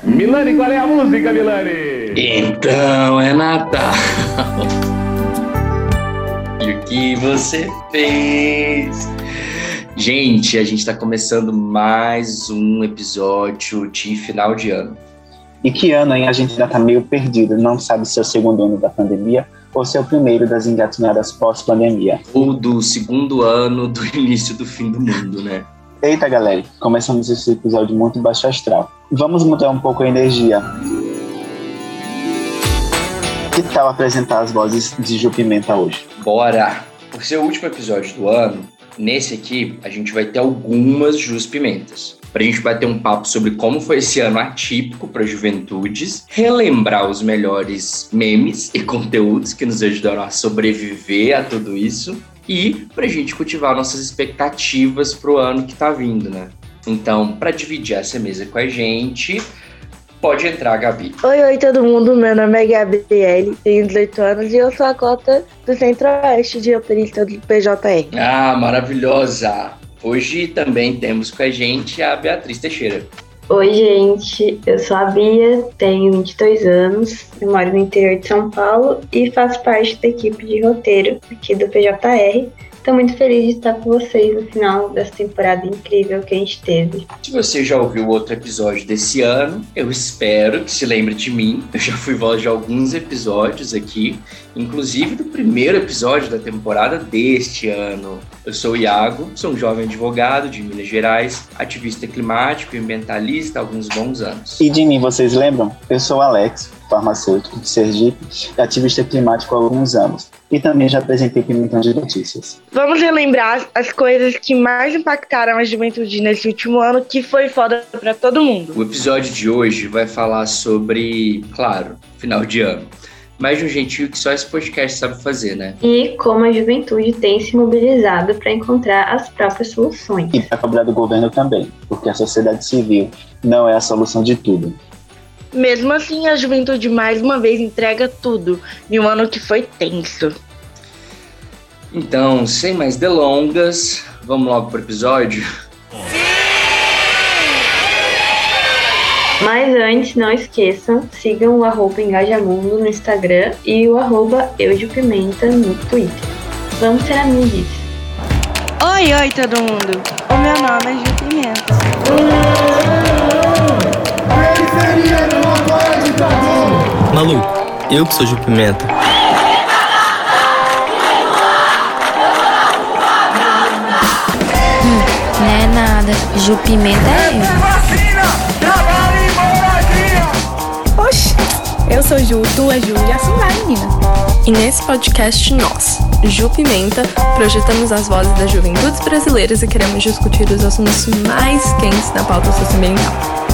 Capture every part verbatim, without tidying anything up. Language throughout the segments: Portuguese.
Milani, qual é a música, Milani? Então é Natal. E o que você fez? Gente, a gente está começando mais um episódio de final de ano. E que ano, hein? A gente ainda tá meio perdido, não sabe se é o segundo ano da pandemia ou se é o primeiro das engatinhadas pós-pandemia. Ou do segundo ano do início do fim do mundo, né? Eita, galera, começamos esse episódio muito baixo astral. Vamos mudar um pouco a energia. Que tal apresentar as vozes de Ju Pimenta hoje? Bora! Por ser o último episódio do ano, nesse aqui a gente vai ter algumas Jus Pimentas. Pra gente bater um papo sobre como foi esse ano atípico para juventudes, relembrar os melhores memes e conteúdos que nos ajudaram a sobreviver a tudo isso e pra gente cultivar nossas expectativas pro ano que tá vindo, né? Então, para dividir essa mesa com a gente, pode entrar, Gabi. Oi, oi todo mundo, meu nome é Gabriele, tenho dezoito anos e eu sou a cota do Centro-Oeste de roteirista do P J R. Ah, maravilhosa! Hoje também temos com a gente a Beatriz Teixeira. Oi, gente, eu sou a Bia, tenho vinte e dois anos, eu moro no interior de São Paulo e faço parte da equipe de roteiro aqui do P J R. Estou muito feliz de estar com vocês no final dessa temporada incrível que a gente teve. Se você já ouviu outro episódio desse ano, eu espero que se lembre de mim. Eu já fui voz de alguns episódios aqui, inclusive do primeiro episódio da temporada deste ano. Eu sou o Iago, sou um jovem advogado de Minas Gerais, ativista climático e ambientalista há alguns bons anos. E de mim, vocês lembram? Eu sou o Alex, farmacêutico de Sergipe, ativista climático há alguns anos. E também já apresentei Pimentão de Notícias. Vamos relembrar as coisas que mais impactaram a juventude nesse último ano, que foi foda pra todo mundo. O episódio de hoje vai falar sobre, claro, final de ano, mas de um jeitinho que só esse podcast sabe fazer, né? E como a juventude tem se mobilizado para encontrar as próprias soluções. E para cobrar do governo também, porque a sociedade civil não é a solução de tudo. Mesmo assim, a juventude mais uma vez entrega tudo, em um ano que foi tenso. Então, sem mais delongas, vamos logo pro episódio? Mas antes, não esqueçam, sigam o arroba Engajamundo no Instagram e o arroba Eudipimenta no Twitter. Vamos ser amigos. Oi, oi todo mundo, o meu nome é Ju Pimenta. Maluco, eu que sou Ju Pimenta. Hum, não é nada, Ju Pimenta é eu. Oxi, eu sou Ju, tu é Ju e assim vai, menina. E nesse podcast nós, Ju Pimenta, projetamos as vozes das juventudes brasileiras e queremos discutir os assuntos mais quentes da pauta socioambiental.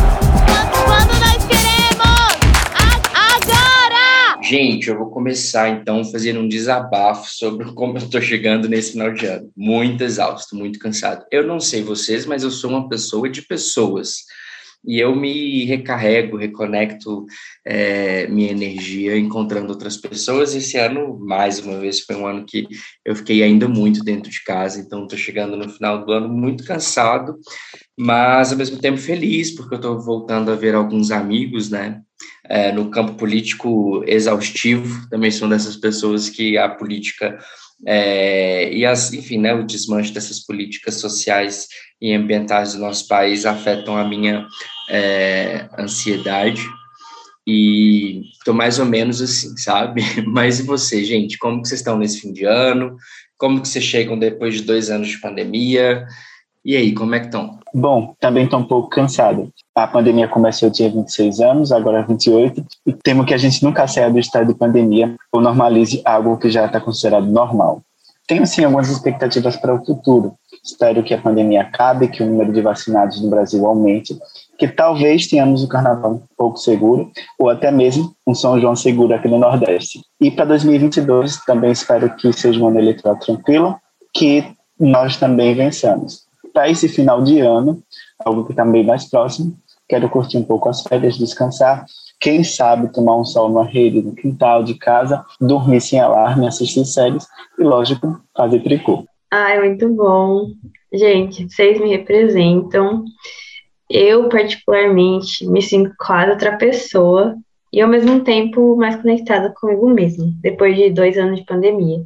Gente, eu vou começar então fazendo um desabafo sobre como eu tô chegando nesse final de ano. Muito exausto, muito cansado. Eu não sei vocês, mas eu sou uma pessoa de pessoas. E eu me recarrego, reconecto é, minha energia encontrando outras pessoas. Esse ano, mais uma vez, foi um ano que eu fiquei ainda muito dentro de casa. Então, estou chegando no final do ano muito cansado, mas ao mesmo tempo feliz, porque eu estou voltando a ver alguns amigos, né? É, no campo político exaustivo, também são dessas pessoas que a política é, e as, enfim, né, o desmanche dessas políticas sociais e ambientais do nosso país afetam a minha é, ansiedade e estou mais ou menos assim, sabe? Mas e você, gente? Como que vocês estão nesse fim de ano? Como que vocês chegam depois de dois anos de pandemia? E aí, como é que estão? Bom, também estou um pouco cansado. A pandemia começou, eu tinha vinte e seis anos, agora vinte e oito, e temo que a gente nunca saia do estado de pandemia ou normalize algo que já está considerado normal. Tenho, sim, algumas expectativas para o futuro. Espero que a pandemia acabe, que o número de vacinados no Brasil aumente, que talvez tenhamos um carnaval um pouco seguro, ou até mesmo um São João seguro aqui no Nordeste. E para dois mil e vinte e dois, também espero que seja um ano eleitoral tranquilo, que nós também vençamos. Para esse final de ano, algo que está bem mais próximo, quero curtir um pouco as férias, descansar, quem sabe tomar um sol na rede, no quintal de casa, dormir sem alarme, assistir séries e, lógico, fazer tricô. Ai, muito bom. Gente, vocês me representam. eu, particularmente, me sinto quase outra pessoa e, ao mesmo tempo, mais conectada comigo mesma, depois de dois anos de pandemia.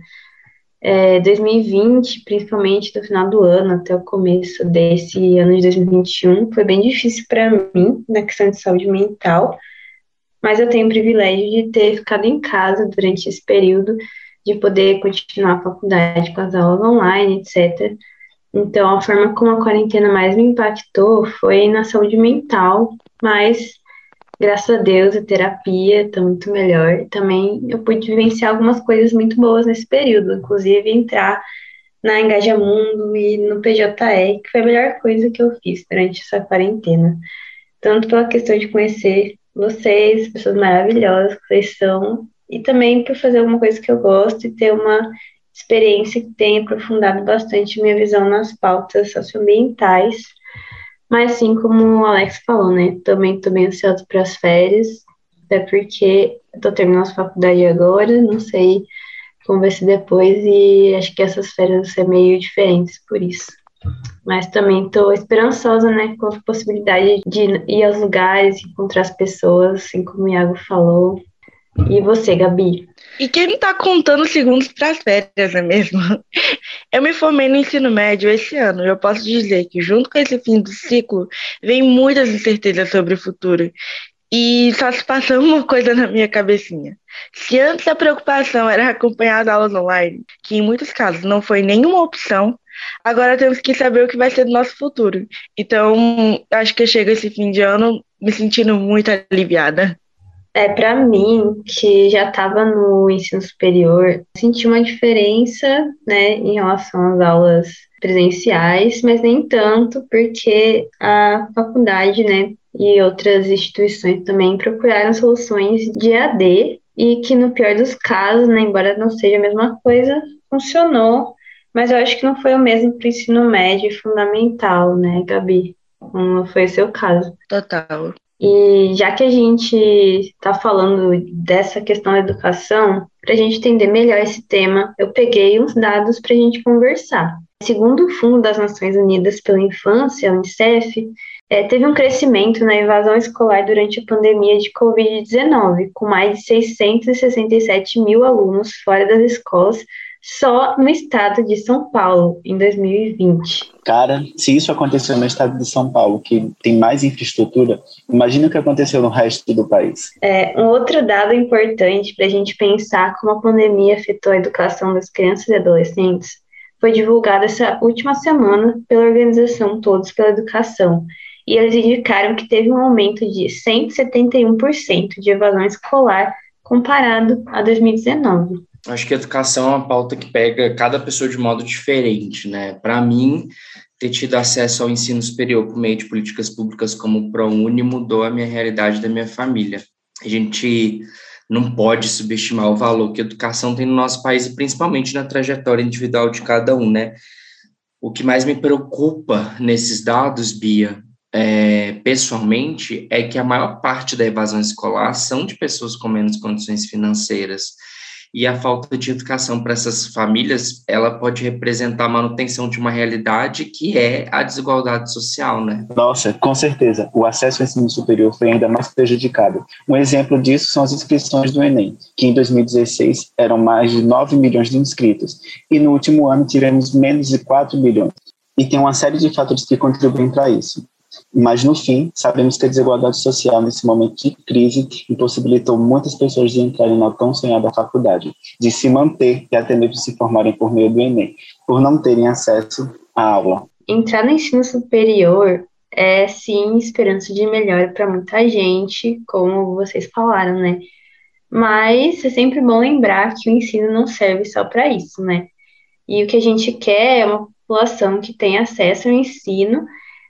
É, dois mil e vinte, principalmente do final do ano até o começo desse ano de dois mil e vinte e um, foi bem difícil para mim, na questão de saúde mental, mas eu tenho o privilégio de ter ficado em casa durante esse período, de poder continuar a faculdade com as aulas online, etcétera. Então, a forma como a quarentena mais me impactou foi na saúde mental, mas, graças a Deus, a terapia está muito melhor. Também eu pude vivenciar algumas coisas muito boas nesse período, inclusive entrar na Engajamundo e no P J E, que foi a melhor coisa que eu fiz durante essa quarentena. Tanto pela questão de conhecer vocês, pessoas maravilhosas que vocês são, e também por fazer alguma coisa que eu gosto e ter uma experiência que tem aprofundado bastante minha visão nas pautas socioambientais. Mas, assim como o Alex falou, né, também estou bem ansiosa para as férias, até porque estou terminando a faculdade agora, não sei como vai ser depois, e acho que essas férias vão ser meio diferentes por isso. Mas também estou esperançosa, né, com a possibilidade de ir aos lugares, encontrar as pessoas, assim como o Iago falou. E você, Gabi? E quem não tá contando segundos para as férias, não é mesmo? Eu me formei no ensino médio esse ano e eu posso dizer que junto com esse fim do ciclo vem muitas incertezas sobre o futuro. E só se passou uma coisa na minha cabecinha. Se antes a preocupação era acompanhar as aulas online, que em muitos casos não foi nenhuma opção, agora temos que saber o que vai ser do nosso futuro. Então, acho que eu chego esse fim de ano me sentindo muito aliviada. É, para mim, que já estava no ensino superior, senti uma diferença, né, em relação às aulas presenciais, mas nem tanto, porque a faculdade, né, e outras instituições também procuraram soluções de E A D e que, no pior dos casos, né, embora não seja a mesma coisa, funcionou, mas eu acho que não foi o mesmo para o ensino médio e fundamental, né, Gabi? Não foi o seu caso. Total. E já que a gente está falando dessa questão da educação, para a gente entender melhor esse tema, eu peguei uns dados para a gente conversar. Segundo o Fundo das Nações Unidas pela Infância, a Unicef, é, teve um crescimento na evasão escolar durante a pandemia de covid dezenove, com mais de seiscentos e sessenta e sete mil alunos fora das escolas, só no estado de São Paulo, em dois mil e vinte. Cara, se isso aconteceu no estado de São Paulo, que tem mais infraestrutura, imagina o que aconteceu no resto do país. É, um outro dado importante para a gente pensar como a pandemia afetou a educação das crianças e adolescentes foi divulgado essa última semana pela organização Todos pela Educação, e eles indicaram que teve um aumento de cento e setenta e um por cento de evasão escolar comparado a dois mil e dezenove. Acho que a educação é uma pauta que pega cada pessoa de modo diferente, né? Para mim, ter tido acesso ao ensino superior por meio de políticas públicas como o ProUni mudou a minha realidade da minha família. A gente não pode subestimar o valor que a educação tem no nosso país e principalmente na trajetória individual de cada um, né? O que mais me preocupa nesses dados, Bia, é, pessoalmente, é que a maior parte da evasão escolar são de pessoas com menos condições financeiras. E a falta de educação para essas famílias, ela pode representar a manutenção de uma realidade que é a desigualdade social, né? Nossa, com certeza. O acesso ao ensino superior foi ainda mais prejudicado. Um exemplo disso são as inscrições do Enem, que em dois mil e dezesseis eram mais de nove milhões de inscritos, e no último ano tivemos menos de quatro milhões. E tem uma série de fatores que contribuem para isso. Mas, no fim, sabemos que a desigualdade social nesse momento de crise impossibilitou muitas pessoas de entrarem na tão sonhada faculdade, de se manter e até mesmo se formarem por meio do Enem, por não terem acesso à aula. Entrar no ensino superior é, sim, esperança de melhora para muita gente, como vocês falaram, né? Mas é sempre bom lembrar que o ensino não serve só para isso, né? E o que a gente quer é uma população que tenha acesso ao ensino,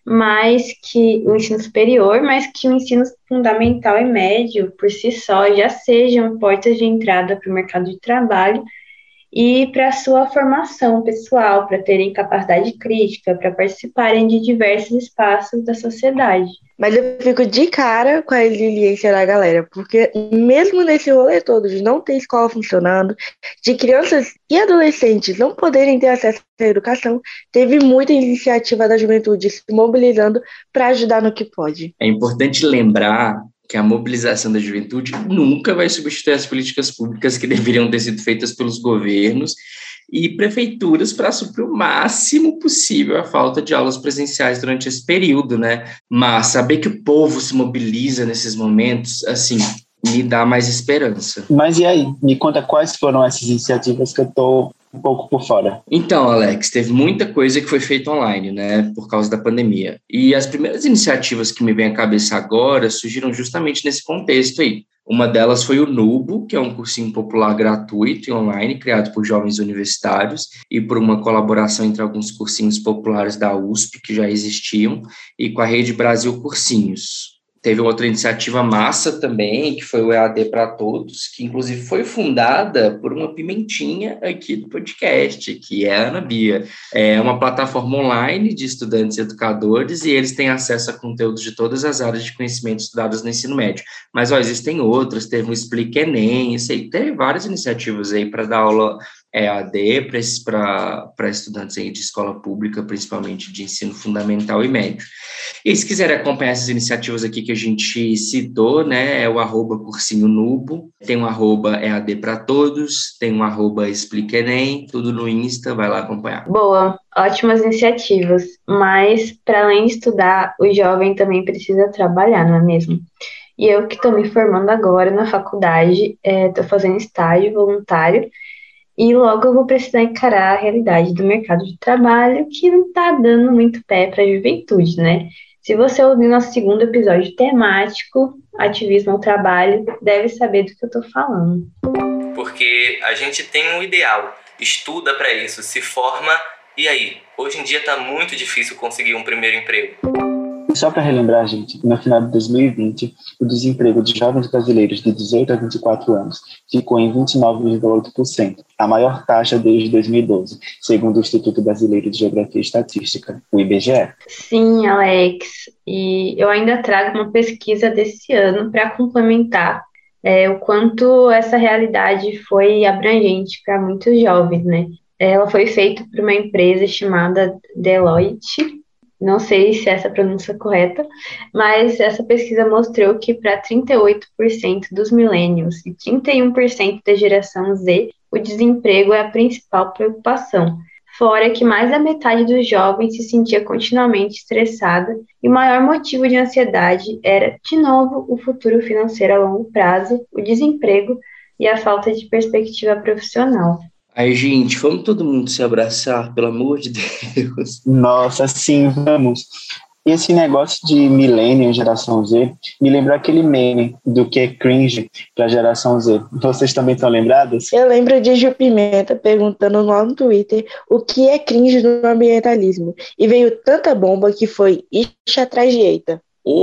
mas que o ensino superior, mas que o ensino fundamental e médio, por si só, já sejam portas de entrada para o mercado de trabalho e para sua formação pessoal, para terem capacidade crítica, para participarem de diversos espaços da sociedade. Mas eu fico de cara com a resiliência da galera, porque mesmo nesse rolê todo de não ter escola funcionando, de crianças e adolescentes não poderem ter acesso à educação, teve muita iniciativa da juventude se mobilizando para ajudar no que pode. É importante lembrar que a mobilização da juventude nunca vai substituir as políticas públicas que deveriam ter sido feitas pelos governos e prefeituras para suprir o máximo possível a falta de aulas presenciais durante esse período, né? Mas saber que o povo se mobiliza nesses momentos, assim, me dá mais esperança. Mas e aí? Me conta quais foram essas iniciativas que eu estou um pouco por fora. Então, Alex, teve muita coisa que foi feita online, né, por causa da pandemia. E as primeiras iniciativas que me vêm à cabeça agora surgiram justamente nesse contexto aí. Uma delas foi o Nubo, que é um cursinho popular gratuito e online, criado por jovens universitários e por uma colaboração entre alguns cursinhos populares da U S P que já existiam e com a Rede Brasil Cursinhos. Teve outra iniciativa massa também, que foi o E A D para Todos, que inclusive foi fundada por uma pimentinha aqui do podcast, que é a Ana Bia. É uma plataforma online de estudantes e educadores, e eles têm acesso a conteúdos de todas as áreas de conhecimento estudadas no ensino médio. Mas, ó, existem outras, teve o Explique Enem, isso aí, teve várias iniciativas aí para dar aula E A D para estudantes aí de escola pública, principalmente de ensino fundamental e médio. E se quiserem acompanhar essas iniciativas aqui que a gente citou, né, é o arroba cursinho Nubo, tem um arroba E A D para Todos, tem um arroba Explique Enem, tudo no Insta, vai lá acompanhar. Boa, ótimas iniciativas, mas para além de estudar, o jovem também precisa trabalhar, não é mesmo? E eu que estou me formando agora na faculdade, estou fazendo estágio voluntário, e logo eu vou precisar encarar a realidade do mercado de trabalho, que não está dando muito pé para a juventude, né? Se você ouviu nosso segundo episódio temático, Ativismo ao Trabalho, deve saber do que eu estou falando. Porque a gente tem um ideal, estuda para isso, se forma, e aí? Hoje em dia está muito difícil conseguir um primeiro emprego. Só para relembrar, gente, no final de dois mil e vinte, o desemprego de jovens brasileiros de dezoito a vinte e quatro anos ficou em vinte e nove vírgula oito por cento, a maior taxa desde dois mil e doze, segundo o Instituto Brasileiro de Geografia e Estatística, o I B G E. Sim, Alex, e eu ainda trago uma pesquisa desse ano para complementar é, o quanto essa realidade foi abrangente para muitos jovens, né? Ela foi feita por uma empresa chamada Deloitte. Não sei se essa pronúncia é correta, mas essa pesquisa mostrou que para trinta e oito por cento dos millennials e trinta e um por cento da geração Z, o desemprego é a principal preocupação. Fora que mais da metade dos jovens se sentia continuamente estressada e o maior motivo de ansiedade era, de novo, o futuro financeiro a longo prazo, o desemprego e a falta de perspectiva profissional. Aí, gente, vamos todo mundo se abraçar, pelo amor de Deus. Nossa, sim, vamos. E esse negócio de millennial, geração Z, me lembrou aquele meme do que é cringe para a geração Z. Vocês também estão lembrados? Eu lembro de Ju Pimenta perguntando lá no Twitter o que é cringe no ambientalismo. E veio tanta bomba que foi ixi atrás de eita.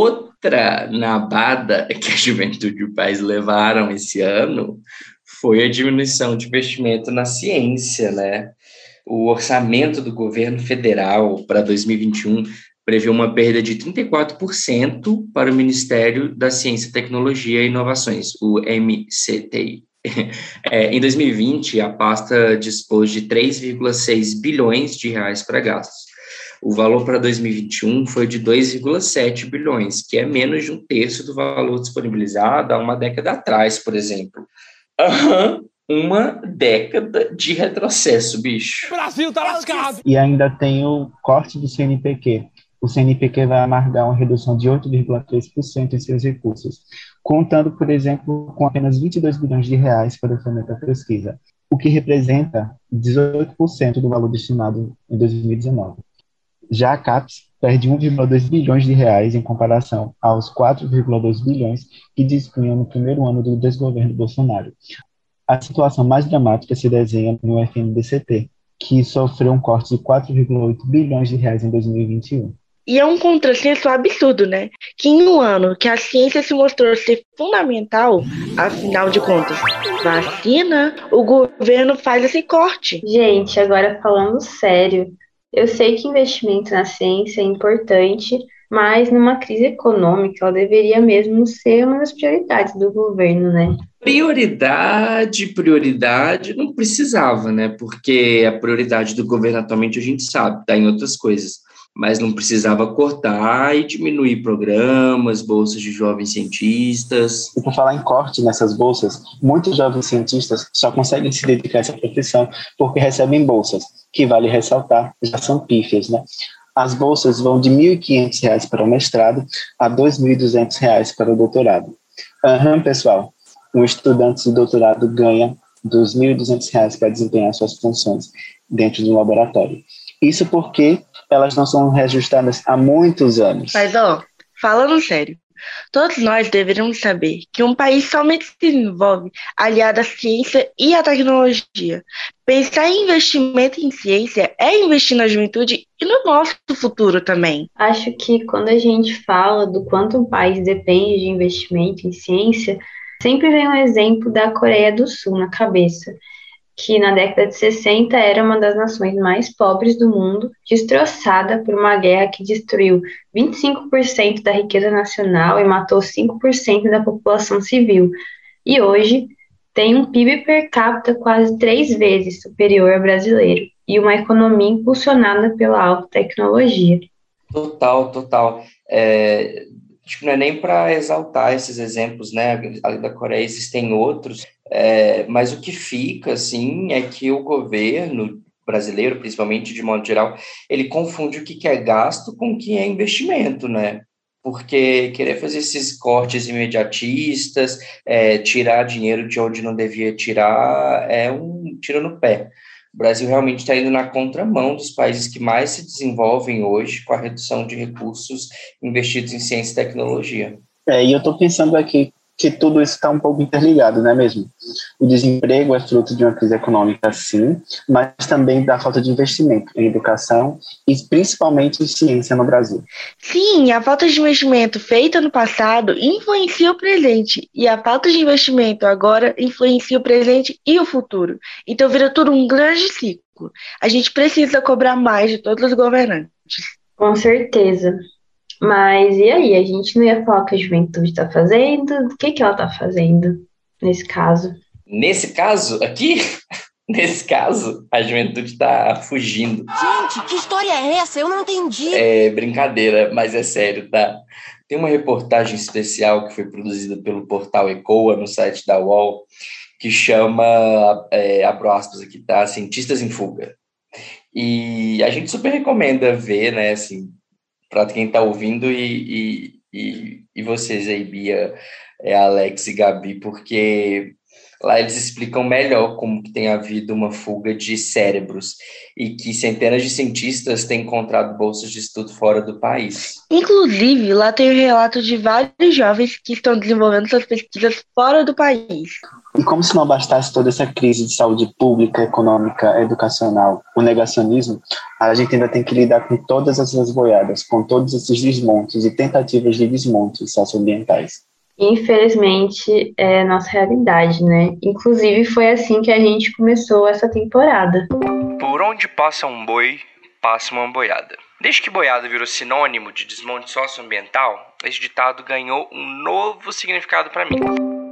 Outra nabada que a juventude e o país levaram esse ano foi a diminuição de investimento na ciência, né? O orçamento do governo federal para dois mil e vinte e um prevê uma perda de trinta e quatro por cento para o Ministério da Ciência, Tecnologia e Inovações, o M C T I. É, em dois mil e vinte, a pasta dispôs de três vírgula seis bilhões de reais para gastos. O valor para dois mil e vinte e um foi de dois vírgula sete bilhões, que é menos de um terço do valor disponibilizado há uma década atrás, por exemplo. Uhum, uma década de retrocesso, bicho. O Brasil tá lascado. E ainda tem o corte do C N P Q. O C N P Q vai amargar uma redução de oito vírgula três por cento em seus recursos, contando, por exemplo, com apenas vinte e dois bilhões de reais para o fomento à pesquisa, o que representa dezoito por cento do valor destinado em dois mil e dezenove. Já a CAPES perde um vírgula dois bilhões de reais em comparação aos quatro vírgula dois bilhões que dispunham no primeiro ano do desgoverno Bolsonaro. A situação mais dramática se desenha no F M D C T, que sofreu um corte de quatro vírgula oito bilhões de reais em dois mil e vinte e um. E é um contrassenso absurdo, né? Que em um ano que a ciência se mostrou ser fundamental, afinal de contas, vacina, o governo faz esse corte. Gente, agora falando sério, eu sei que investimento na ciência é importante, mas numa crise econômica ela deveria mesmo ser uma das prioridades do governo, né? Prioridade, prioridade, não precisava, né? Porque a prioridade do governo atualmente a gente sabe, está em outras coisas. Mas não precisava cortar e diminuir programas, bolsas de jovens cientistas. E por falar em corte nessas bolsas, muitos jovens cientistas só conseguem se dedicar a essa profissão porque recebem bolsas, que vale ressaltar, já são pífias, né? As bolsas vão de mil e quinhentos reais para o mestrado a dois mil e duzentos reais para o doutorado. Aham, pessoal, um estudante de doutorado ganha dois mil e duzentos reais para desempenhar suas funções dentro de um laboratório. Isso porque elas não são reajustadas há muitos anos. Mas, ó, falando sério, todos nós deveríamos saber que um país somente se desenvolve aliado à ciência e à tecnologia. Pensar em investimento em ciência é investir na juventude e no nosso futuro também. Acho que quando a gente fala do quanto um país depende de investimento em ciência, sempre vem um exemplo da Coreia do Sul na cabeça, que na década de sessenta era uma das nações mais pobres do mundo, destroçada por uma guerra que destruiu vinte e cinco por cento da riqueza nacional e matou cinco por cento da população civil. E hoje tem um P I B per capita quase três vezes superior ao brasileiro e uma economia impulsionada pela alta tecnologia. Total, total. É, acho que não é nem para exaltar esses exemplos, né? Além da Coreia existem outros. É, mas o que fica, assim, é que o governo brasileiro, principalmente de modo geral, ele confunde o que é gasto com o que é investimento, né? Porque querer fazer esses cortes imediatistas, é, tirar dinheiro de onde não devia tirar, é um tiro no pé. O Brasil realmente está indo na contramão dos países que mais se desenvolvem hoje com a redução de recursos investidos em ciência e tecnologia. É, e eu estou pensando aqui que tudo isso está um pouco interligado, não é mesmo? O desemprego é fruto de uma crise econômica, sim, mas também da falta de investimento em educação e principalmente em ciência no Brasil. Sim, a falta de investimento feita no passado influencia o presente, e a falta de investimento agora influencia o presente e o futuro. Então vira tudo um grande ciclo. A gente precisa cobrar mais de todos os governantes. Com certeza. Mas e aí? A gente não ia falar o que a juventude está fazendo? O que, que ela está fazendo nesse caso? Nesse caso aqui, nesse caso, a juventude está fugindo. Gente, que história é essa? Eu não entendi. É brincadeira, mas é sério, tá? Tem uma reportagem especial que foi produzida pelo portal Ecoa, no site da U O L, que chama, é, abro aspas aqui, tá? Cientistas em Fuga. E a gente super recomenda ver, né, assim, para quem está ouvindo e, e, e, e vocês aí, Bia, é, Alex e Gabi, porque lá eles explicam melhor como que tem havido uma fuga de cérebros e que centenas de cientistas têm encontrado bolsas de estudo fora do país. Inclusive, lá tem o relato de vários jovens que estão desenvolvendo suas pesquisas fora do país. E como se não bastasse toda essa crise de saúde pública, econômica, educacional, o negacionismo, a gente ainda tem que lidar com todas essas boiadas, com todos esses desmontes e tentativas de desmontes socioambientais. Infelizmente, é a nossa realidade, né? Inclusive, foi assim que a gente começou essa temporada. Por onde passa um boi, passa uma boiada. Desde que boiada virou sinônimo de desmonte socioambiental, esse ditado ganhou um novo significado para mim.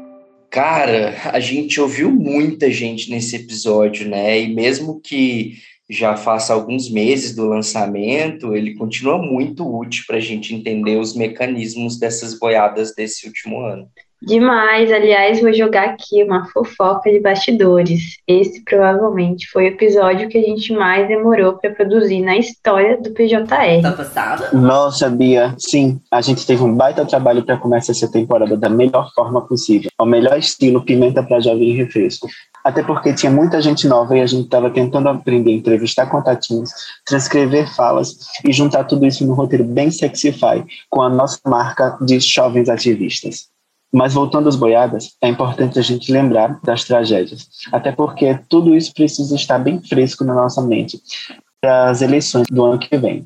Cara, a gente ouviu muita gente nesse episódio, né? E mesmo que já faça alguns meses do lançamento, ele continua muito útil para a gente entender os mecanismos dessas boiadas desse último ano. Demais, aliás, vou jogar aqui uma fofoca de bastidores. Esse provavelmente foi o episódio que a gente mais demorou para produzir na história do P J R. Tá passada? Nossa, Bia, sim, a gente teve um baita trabalho para começar essa temporada da melhor forma possível, ao melhor estilo Pimenta para Jovem e Refresco. Até porque tinha muita gente nova e a gente estava tentando aprender a entrevistar contatinhos, transcrever falas e juntar tudo isso num roteiro bem sexify, com a nossa marca de jovens ativistas. Mas voltando às boiadas, é importante a gente lembrar das tragédias, até porque tudo isso precisa estar bem fresco na nossa mente para as eleições do ano que vem.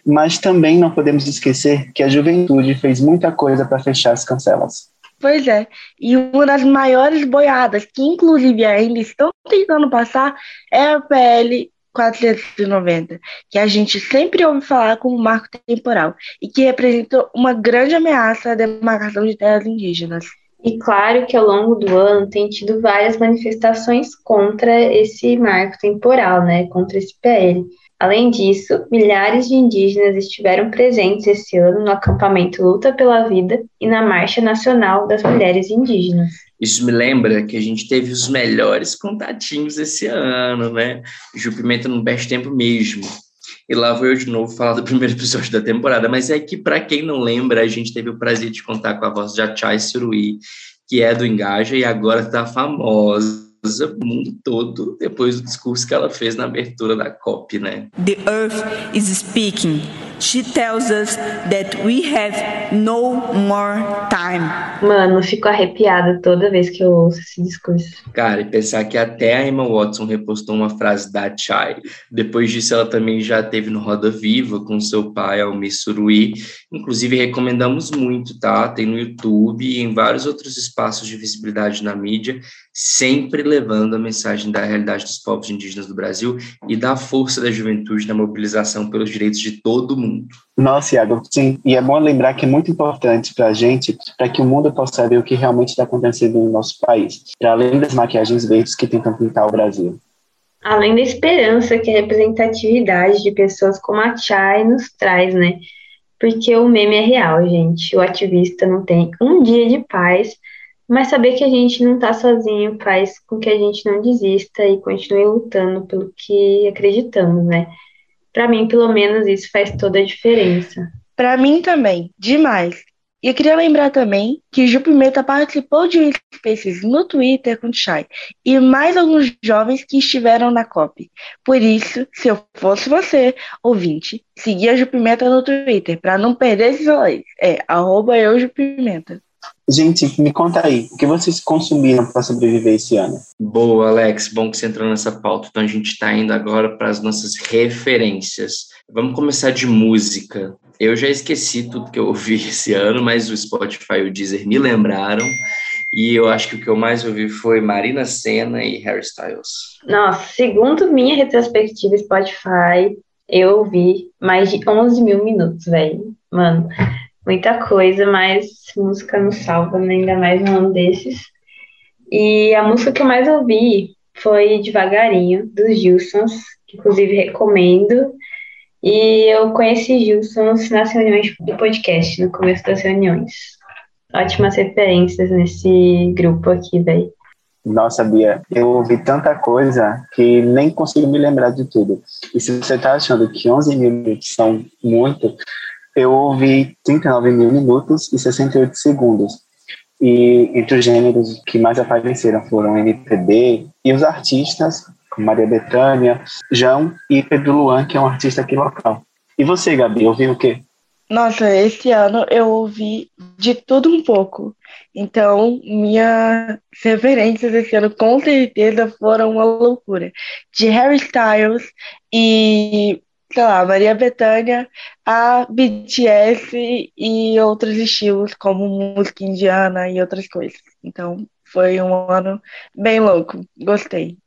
mas também não podemos esquecer que a juventude fez muita coisa para fechar as cancelas. Pois é, e uma das maiores boiadas, que inclusive ainda estão tentando passar, é a P L quatrocentos e noventa, que a gente sempre ouve falar como marco temporal, e que representou uma grande ameaça à demarcação de terras indígenas. E claro que ao longo do ano tem tido várias manifestações contra esse marco temporal, né, contra esse P L. Além disso, milhares de indígenas estiveram presentes esse ano no acampamento Luta pela Vida e na Marcha Nacional das Mulheres Indígenas. Isso me lembra que a gente teve os melhores contatinhos esse ano, né? Ju Pimenta no Best Tempo mesmo. E lá vou eu de novo falar do primeiro episódio da temporada, mas é que, para quem não lembra, a gente teve o prazer de contar com a voz de Achai Suruí, que é do Engaja e agora está famosa o mundo todo depois do discurso que ela fez na abertura da COP, né? The earth is speaking. She tells us that we have no more time. Mano, eu fico arrepiada toda vez que eu ouço esse discurso. Cara, e pensar que até a Emma Watson repostou uma frase da Chai. Depois disso, ela também já teve no Roda Viva com seu pai, Almir Suruí. Inclusive, recomendamos muito, tá? Tem no YouTube e em vários outros espaços de visibilidade na mídia, sempre levando a mensagem da realidade dos povos indígenas do Brasil e da força da juventude na mobilização pelos direitos de todo mundo. Nossa, Iago, sim, e é bom lembrar que é muito importante para a gente, para que o mundo possa ver o que realmente está acontecendo no nosso país, para além das maquiagens verdes que tentam pintar o Brasil. Além da esperança que a representatividade de pessoas como a Chai nos traz, né? Porque o meme é real, gente. O ativista não tem um dia de paz, mas saber que a gente não está sozinho faz com que a gente não desista e continue lutando pelo que acreditamos, né? Para mim, pelo menos, isso faz toda a diferença. Para mim também, demais. E eu queria lembrar também que Ju Pimenta participou de um Spaces no Twitter com o Chai e mais alguns jovens que estiveram na COP. Por isso, se eu fosse você, ouvinte, seguia a Ju Pimenta no Twitter para não perder esses rolês. É, arroba eu, Ju Pimenta. Gente, me conta aí, o que vocês consumiram para sobreviver esse ano? Boa, Alex, bom que você entrou nessa pauta. Então a gente está indo agora para as nossas referências. Vamos começar de música. Eu já esqueci tudo que eu ouvi esse ano, mas o Spotify e o Deezer me lembraram. E eu acho que o que eu mais ouvi foi Marina Sena e Harry Styles. Nossa, segundo minha retrospectiva Spotify, eu ouvi mais de onze mil minutos, velho. Mano, muita coisa, mas música não salva, né? Ainda mais um ano desses. E a música que eu mais ouvi foi Devagarinho, dos Gilsons, que inclusive recomendo. E eu conheci Gilsons nas reuniões do podcast, no começo das reuniões. Ótimas referências nesse grupo aqui, velho. Nossa, Bia, eu ouvi tanta coisa que nem consigo me lembrar de tudo. E se você tá achando que onze mil minutos são muito, eu ouvi trinta e nove mil minutos e sessenta e oito segundos. E entre os gêneros que mais apareceram foram M P B e os artistas, como Maria Bethânia, João e Pedro Luan, que é um artista aqui local. E você, Gabi, ouviu o quê? Nossa, esse ano eu ouvi de tudo um pouco. Então, minhas referências esse ano com certeza foram uma loucura. De Harry Styles e, sei lá, Maria Bethânia, a B T S e outros estilos, como música indiana e outras coisas. Então, foi um ano bem louco. Gostei.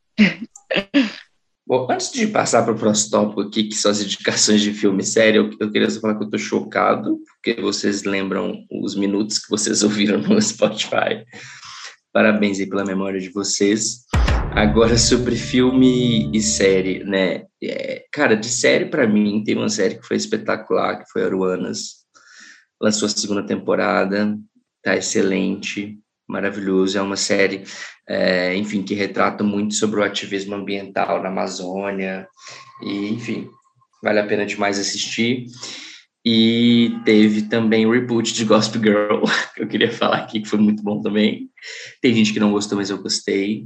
Bom, antes de passar para o próximo tópico aqui, que são as indicações de filme e série, eu, eu queria só falar que eu estou chocado, porque vocês lembram os minutos que vocês ouviram no Spotify. Parabéns aí pela memória de vocês. Agora, sobre filme e série, né? É, cara, de série, para mim, tem uma série que foi espetacular, que foi Aruanas. Lançou a segunda temporada, tá excelente, maravilhoso. É uma série, é, enfim, que retrata muito sobre o ativismo ambiental na Amazônia. E, enfim, vale a pena demais assistir. E teve também o reboot de Gossip Girl, que eu queria falar aqui, que foi muito bom também. Tem gente que não gostou, mas eu gostei.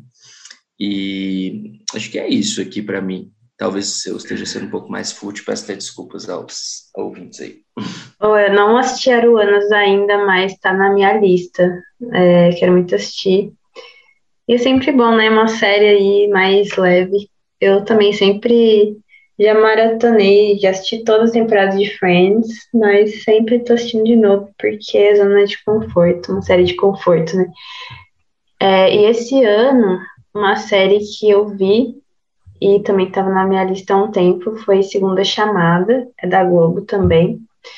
E acho que é isso aqui para mim. Talvez eu esteja sendo um pouco mais fútil, peço até desculpas aos ouvintes aí. Oh, eu não assisti Aruanas ainda, mas tá na minha lista. É, quero muito assistir. E é sempre bom, né? Uma série aí mais leve. Eu também sempre Já maratonei, já assisti todas as temporadas de Friends, mas sempre tô assistindo de novo, porque é zona de conforto, uma série de conforto, né? É, e esse ano, uma série que eu vi e também estava na minha lista há um tempo foi Segunda Chamada, é da Globo também.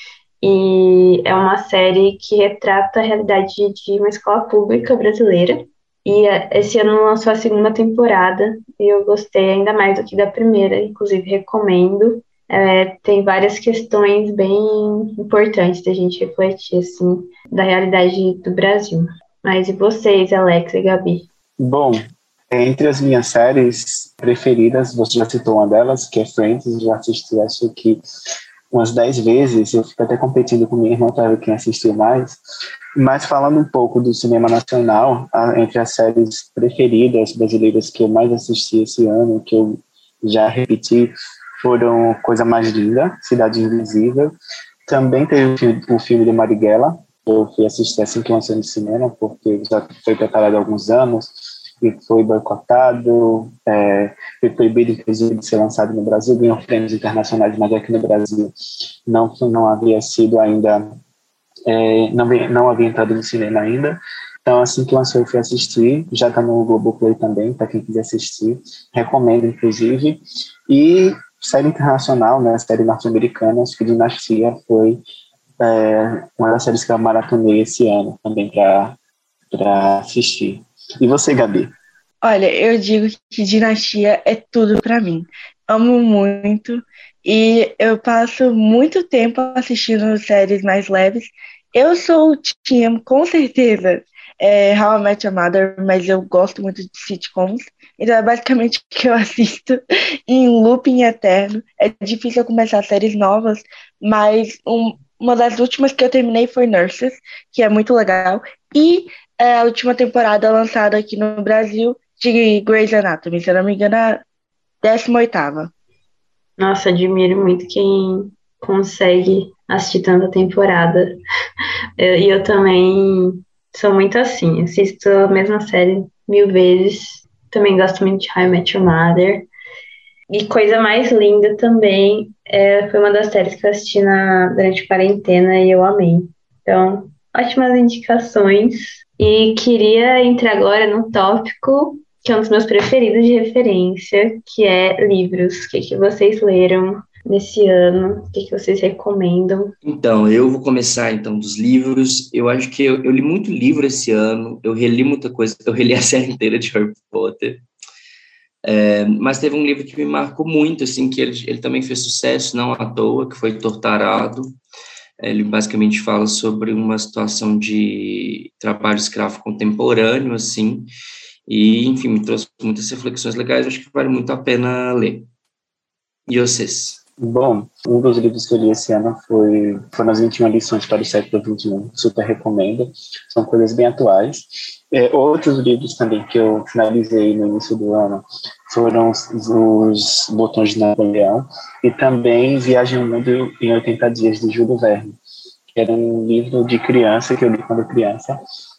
E é uma série que retrata a realidade de uma escola pública brasileira. E esse ano lançou a segunda temporada e eu gostei ainda mais do que da primeira, inclusive recomendo. É, tem várias questões bem importantes da gente refletir, assim, da realidade do Brasil. Mas e vocês, Alex e Gabi? Bom, entre as minhas séries preferidas, você já citou uma delas, que é Friends, eu já assisti, acho que umas dez vezes, eu fico até competindo com minha irmã para ver quem assistiu mais. Mas falando um pouco do cinema nacional, a, entre as séries preferidas brasileiras que eu mais assisti esse ano, que eu já repeti, foram Coisa Mais Linda, Cidade Invisível. Também teve o filme, o filme de Marighella, eu fui assistir assim que lançou no cinema, porque já foi preparado há alguns anos e foi boicotado, é, foi proibido inclusive de ser lançado no Brasil, ganhou prêmios internacionais, mas aqui no Brasil não, não havia sido ainda... É, não, não havia entrado no cinema ainda, então assim que lançou eu fui assistir, já está no Globoplay também, para quem quiser assistir, recomendo inclusive. E série internacional, né, série norte-americana, acho que Dinastia foi é, uma das séries que eu maratonei esse ano também para assistir. E você, Gabi? Olha, eu digo que Dinastia é tudo para mim, amo muito e eu passo muito tempo assistindo séries mais leves. Eu sou o team, com certeza, é, How I Met Your Mother, mas eu gosto muito de sitcoms. Então é basicamente o que eu assisto em looping eterno. É difícil eu começar séries novas, mas um, uma das últimas que eu terminei foi Nurses, que é muito legal. E é, a última temporada lançada aqui no Brasil de Grey's Anatomy, se eu não me engano, é a décima oitava. Nossa, admiro muito quem consegue assistir tanta temporada. Eu- E eu, também sou muito assim, assisto a mesma série mil vezes. Também gosto muito de How I Met Your Mother. E Coisa Mais Linda também é, foi uma das séries que eu assisti na, durante a quarentena e eu amei. Então, ótimas indicações. E queria entrar agora num tópico que é um dos meus preferidos de referência, que é livros. O que, que vocês leram nesse ano? O que, que vocês recomendam? Então, eu vou começar, então, dos livros. Eu acho que eu, eu li muito livro esse ano, eu reli muita coisa, eu reli a série inteira de Harry Potter, é, mas teve um livro que me marcou muito, assim, que ele, ele também fez sucesso, não à toa, que foi Tortarado. Ele basicamente fala sobre uma situação de trabalho escravo contemporâneo, assim, e, enfim, me trouxe muitas reflexões legais, acho que vale muito a pena ler. E vocês? Bom, um dos livros que eu li esse ano foi, foram as vinte e uma lições para o século vinte e um, super recomendo, são coisas bem atuais. É, outros livros também que eu finalizei no início do ano foram os, os Botões de Napoleão e também Viagem ao Mundo em oitenta dias, de Júlio Verne, que era um livro de criança que eu li quando criança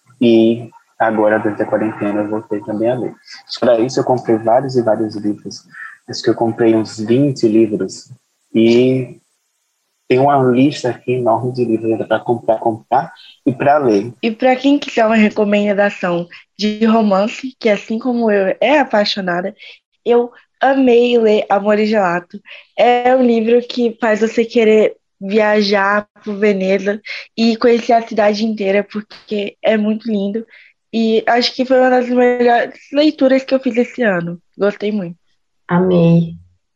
e agora, durante a quarentena, eu voltei também a ler. Para isso, eu comprei vários e vários livros. Acho que eu comprei uns vinte livros e tem uma lista aqui enorme de livros para comprar, comprar e para ler. E para quem quiser uma recomendação de romance, que assim como eu é apaixonada, eu amei ler Amor e Gelato. É um livro que faz você querer viajar por Veneza e conhecer a cidade inteira, porque é muito lindo. E acho que foi uma das melhores leituras que eu fiz esse ano. Gostei muito. Amei.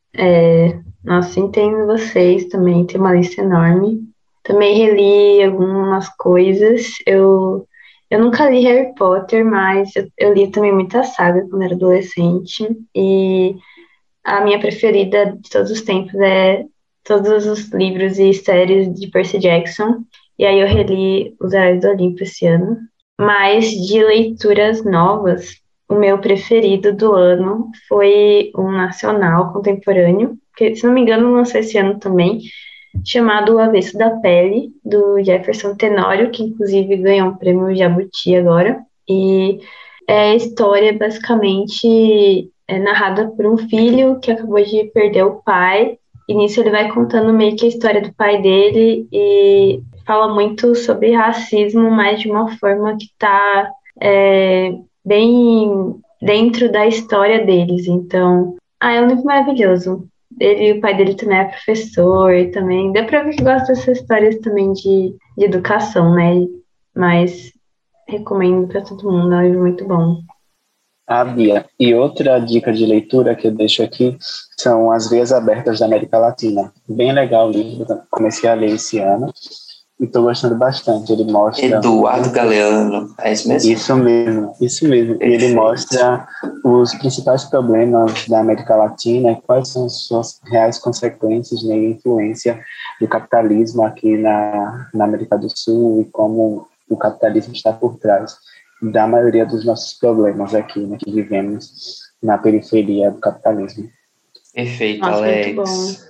É, nossa, entendo vocês também, tem uma lista enorme. Também reli algumas coisas. Eu, eu nunca li Harry Potter, mas eu, eu li também muita saga quando era adolescente. E a minha preferida de todos os tempos é todos os livros e séries de Percy Jackson. E aí eu reli Os Heróis do Olimpo esse ano. Mas de leituras novas, o meu preferido do ano foi um nacional contemporâneo, que, se não me engano, lançou esse ano também, chamado O Avesso da Pele, do Jefferson Tenório, que inclusive ganhou um prêmio Jabuti agora. E é a história, basicamente, é narrada por um filho que acabou de perder o pai, e nisso ele vai contando meio que a história do pai dele e fala muito sobre racismo, mas de uma forma que está é, bem dentro da história deles. Então, ah, é um livro maravilhoso. Ele, o pai dele também é professor, também dá pra ver que gosta dessas histórias também de, de educação, né? Mas recomendo para todo mundo, é um livro muito bom. Ah, Bia, e outra dica de leitura que eu deixo aqui são As Veias Abertas da América Latina. Bem legal o livro, comecei a ler esse ano e estou gostando bastante. Ele mostra... Eduardo Galeano, é isso mesmo? Isso mesmo, isso mesmo. E ele mostra os principais problemas da América Latina e quais são as suas reais consequências, né, e influência do capitalismo aqui na, na América do Sul e como o capitalismo está por trás da maioria dos nossos problemas aqui, né, que vivemos na periferia do capitalismo. Perfeito, Nossa, Alex. muito bom.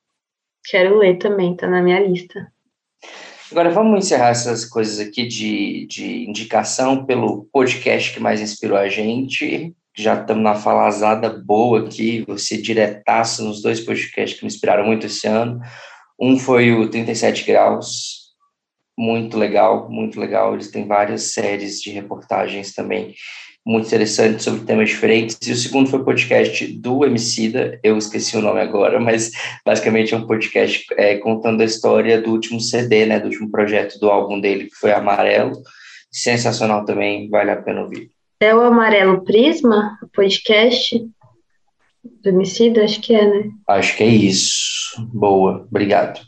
Quero ler também, tá na minha lista. Agora vamos encerrar essas coisas aqui de, de indicação pelo podcast que mais inspirou a gente. Já estamos na falazada boa aqui, você diretaço nos dois podcasts que me inspiraram muito esse ano. Um foi o trinta e sete graus, muito legal, muito legal. Eles têm várias séries de reportagens também muito interessantes sobre temas diferentes. E o segundo foi o podcast do Emicida, eu esqueci o nome agora, mas basicamente é um podcast é, contando a história do último C D, né, do último projeto do álbum dele, que foi Amarelo. Sensacional também, vale a pena ouvir. É o Amarelo Prisma, o podcast do Emicida? Acho que é, né? Acho que é isso. Boa, obrigado.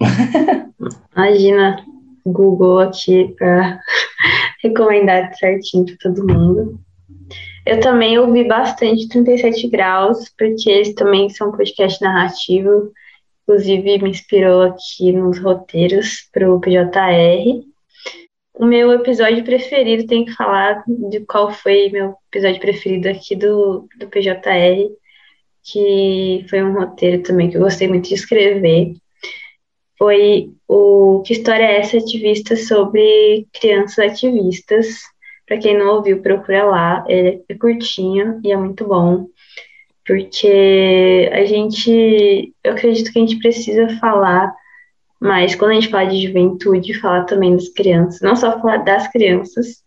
Imagina, Google aqui para recomendar certinho para todo mundo. Eu também ouvi bastante trinta e sete graus, porque eles também são um podcast narrativo, inclusive me inspirou aqui nos roteiros para o P J R. O meu episódio preferido, tem que falar de qual foi meu episódio preferido aqui do, do P J R, que foi um roteiro também que eu gostei muito de escrever. Foi o Que História é Essa? Ativista, sobre crianças ativistas. Para quem não ouviu, procura lá. Ele é curtinho e é muito bom, porque a gente, eu acredito que a gente precisa falar mais, quando a gente fala de juventude, falar também das crianças, não só falar das crianças,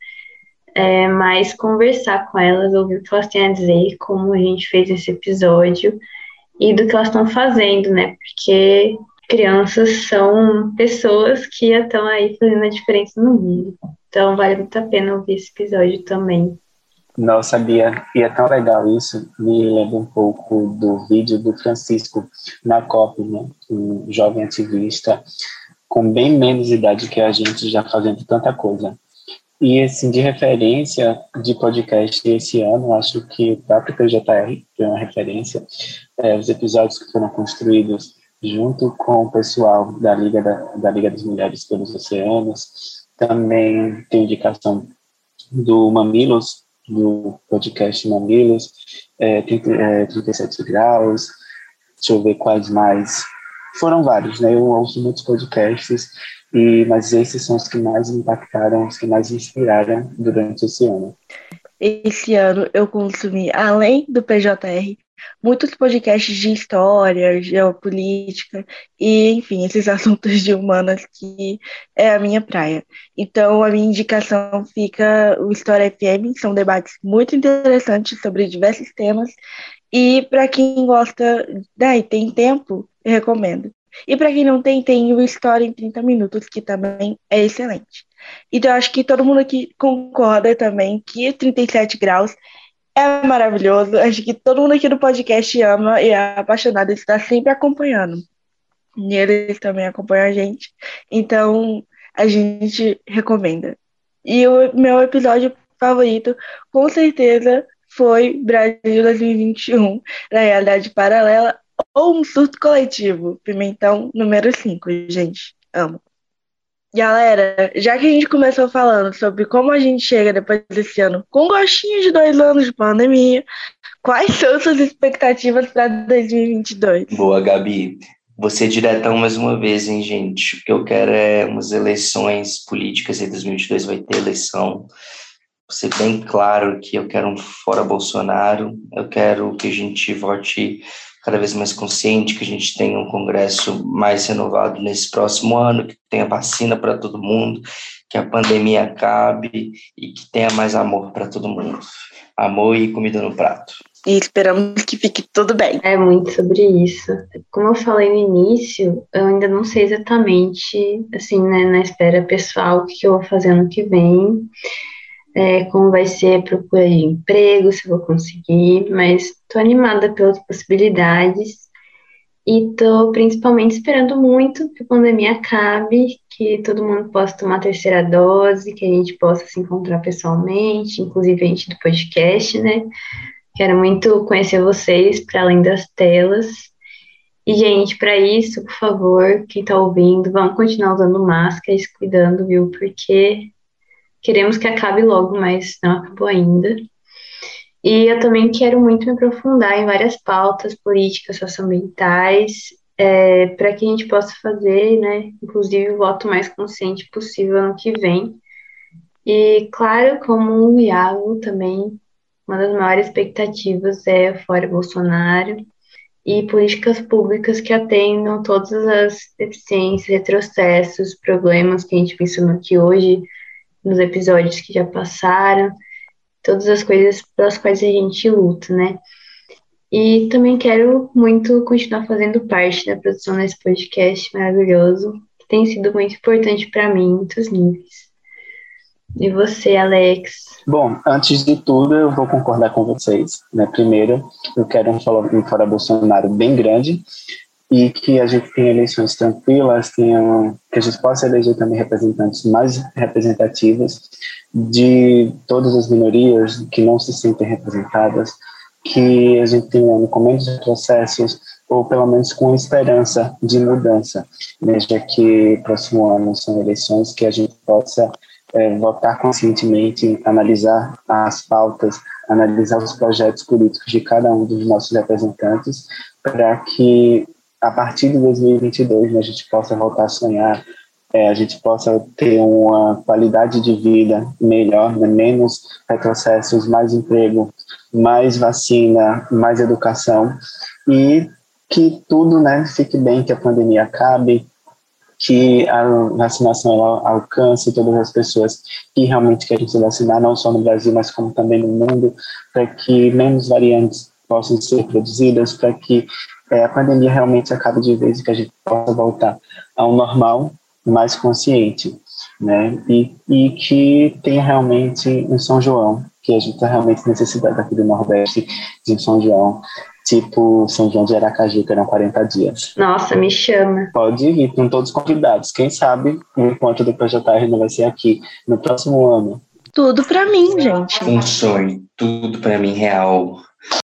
é, mas conversar com elas, ouvir o que elas têm a dizer, como a gente fez esse episódio, e do que elas estão fazendo, né? Porque crianças são pessoas que estão aí fazendo a diferença no mundo. Então, vale muito a pena ouvir esse episódio também. Nossa, Bia, e é tão legal isso, me lembra um pouco do vídeo do Francisco na COP, né? Um jovem ativista com bem menos idade que a gente, já fazendo tanta coisa. E, assim, de referência de podcast esse ano, acho que o próprio P J R foi uma referência, é, os episódios que foram construídos junto com o pessoal da Liga, da, da Liga das Mulheres pelos Oceanos. Também tem indicação do Mamilos, do podcast Mamilos, é, trinta, é, trinta e sete graus, deixa eu ver quais mais. Foram vários, né? Eu ouço muitos podcasts, e, mas esses são os que mais me impactaram, os que mais me inspiraram durante esse ano. Esse ano eu consumi, além do P J R, muitos podcasts de história, geopolítica e, enfim, esses assuntos de humanas que é a minha praia. Então, a minha indicação fica o História F M, são debates muito interessantes sobre diversos temas, e para quem gosta, daí tem tempo, eu recomendo. E para quem não tem, tem o História em trinta minutos, que também é excelente. Então, eu acho que todo mundo aqui concorda também que trinta e sete graus é maravilhoso. Acho que todo mundo aqui do podcast ama e é apaixonado, está sempre acompanhando. E eles também acompanham a gente. Então, a gente recomenda. E o meu episódio favorito, com certeza, foi Brasil dois mil e vinte e um, na realidade paralela, ou um surto coletivo. Pimentão número cinco, gente. Amo. Galera, já que a gente começou falando sobre como a gente chega depois desse ano com gostinho de dois anos de pandemia, quais são suas expectativas para dois mil e vinte e dois? Boa, Gabi. Você diretão mais uma vez, hein, gente? O que eu quero é umas eleições políticas em dois mil e vinte e dois, vai ter eleição. ser bem claro que eu quero um fora Bolsonaro, eu quero que a gente vote cada vez mais consciente, que a gente tenha um Congresso mais renovado nesse próximo ano, que tenha vacina para todo mundo, que a pandemia acabe e que tenha mais amor para todo mundo. Amor e comida no prato. E esperamos que fique tudo bem. É muito sobre isso. Como eu falei no início, eu ainda não sei exatamente, assim, né, na esfera pessoal, o que eu vou fazer ano que vem, é, como vai ser a procura de emprego, se eu vou conseguir, mas tô animada pelas possibilidades e tô principalmente esperando muito que a pandemia acabe, que todo mundo possa tomar a terceira dose, que a gente possa se encontrar pessoalmente, inclusive a gente do podcast, né? Quero muito conhecer vocês para além das telas. E, gente, para isso, por favor, quem está ouvindo, vamos continuar usando máscara e se cuidando, viu? Porque queremos que acabe logo, mas não acabou ainda. E eu também quero muito me aprofundar em várias pautas políticas, socioambientais, é, para que a gente possa fazer, né, inclusive, o voto mais consciente possível ano que vem. E, claro, como o Iago também, uma das maiores expectativas é o Fora Bolsonaro e políticas públicas que atendam todas as deficiências, retrocessos, problemas que a gente mencionou aqui hoje, nos episódios que já passaram, todas as coisas pelas quais a gente luta, né? E também quero muito continuar fazendo parte da produção desse podcast maravilhoso, que tem sido muito importante para mim em muitos níveis. E você, Alex? Bom, antes de tudo, eu vou concordar com vocês, né? Primeiro, eu quero um Fora Bolsonaro bem grande e que a gente tenha eleições tranquilas, tenha, que a gente possa eleger também representantes mais representativos de todas as minorias que não se sentem representadas, que a gente tenha um ano com menos processos ou pelo menos com esperança de mudança, né? Já que próximo ano são eleições, que a gente possa É, votar conscientemente, analisar as pautas, analisar os projetos políticos de cada um dos nossos representantes, para que a partir de dois mil e vinte e dois, né, a gente possa voltar a sonhar, é, a gente possa ter uma qualidade de vida melhor, né, menos retrocessos, mais emprego, mais vacina, mais educação, e que tudo, né, fique bem, que a pandemia acabe, que a vacinação ela alcance todas as pessoas que realmente querem se vacinar, não só no Brasil, mas como também no mundo, para que menos variantes possam ser produzidas, para que é, a pandemia realmente acabe de vez e que a gente possa voltar ao normal mais consciente, né? E, e que tenha realmente um São João, que a gente está realmente necessitando aqui do Nordeste de um São João, tipo São João de Aracaju, que eram quarenta dias. Nossa, me chama. Pode ir, estão todos convidados. Quem sabe o encontro do P J R não vai ser aqui no próximo ano. Tudo pra mim, gente. Um sonho, tudo pra mim real.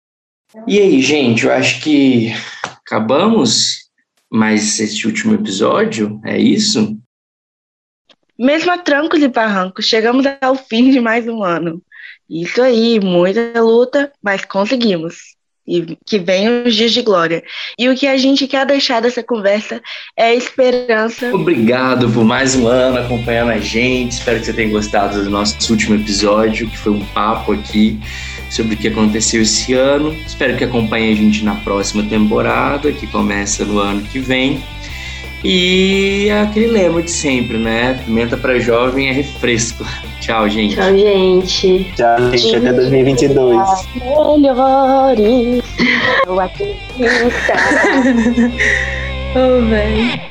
E aí, gente, eu acho que acabamos mais este último episódio, é isso? Mesmo a trancos e barrancos, chegamos ao fim de mais um ano. Isso aí, muita luta, mas conseguimos. E que venham os dias de glória. E o que a gente quer deixar dessa conversa é a esperança. Obrigado por mais um ano acompanhando a gente. Espero que você tenha gostado do nosso último episódio, que foi um papo aqui sobre o que aconteceu esse ano. Espero que acompanhe a gente na próxima temporada, que começa no ano que vem. E aquele lema de sempre, né? Pimenta para jovem é refresco. Tchau, gente. Tchau, gente. Tchau, gente. Até dois mil e vinte e dois. Melhores. Eu acredito. Oh, velho.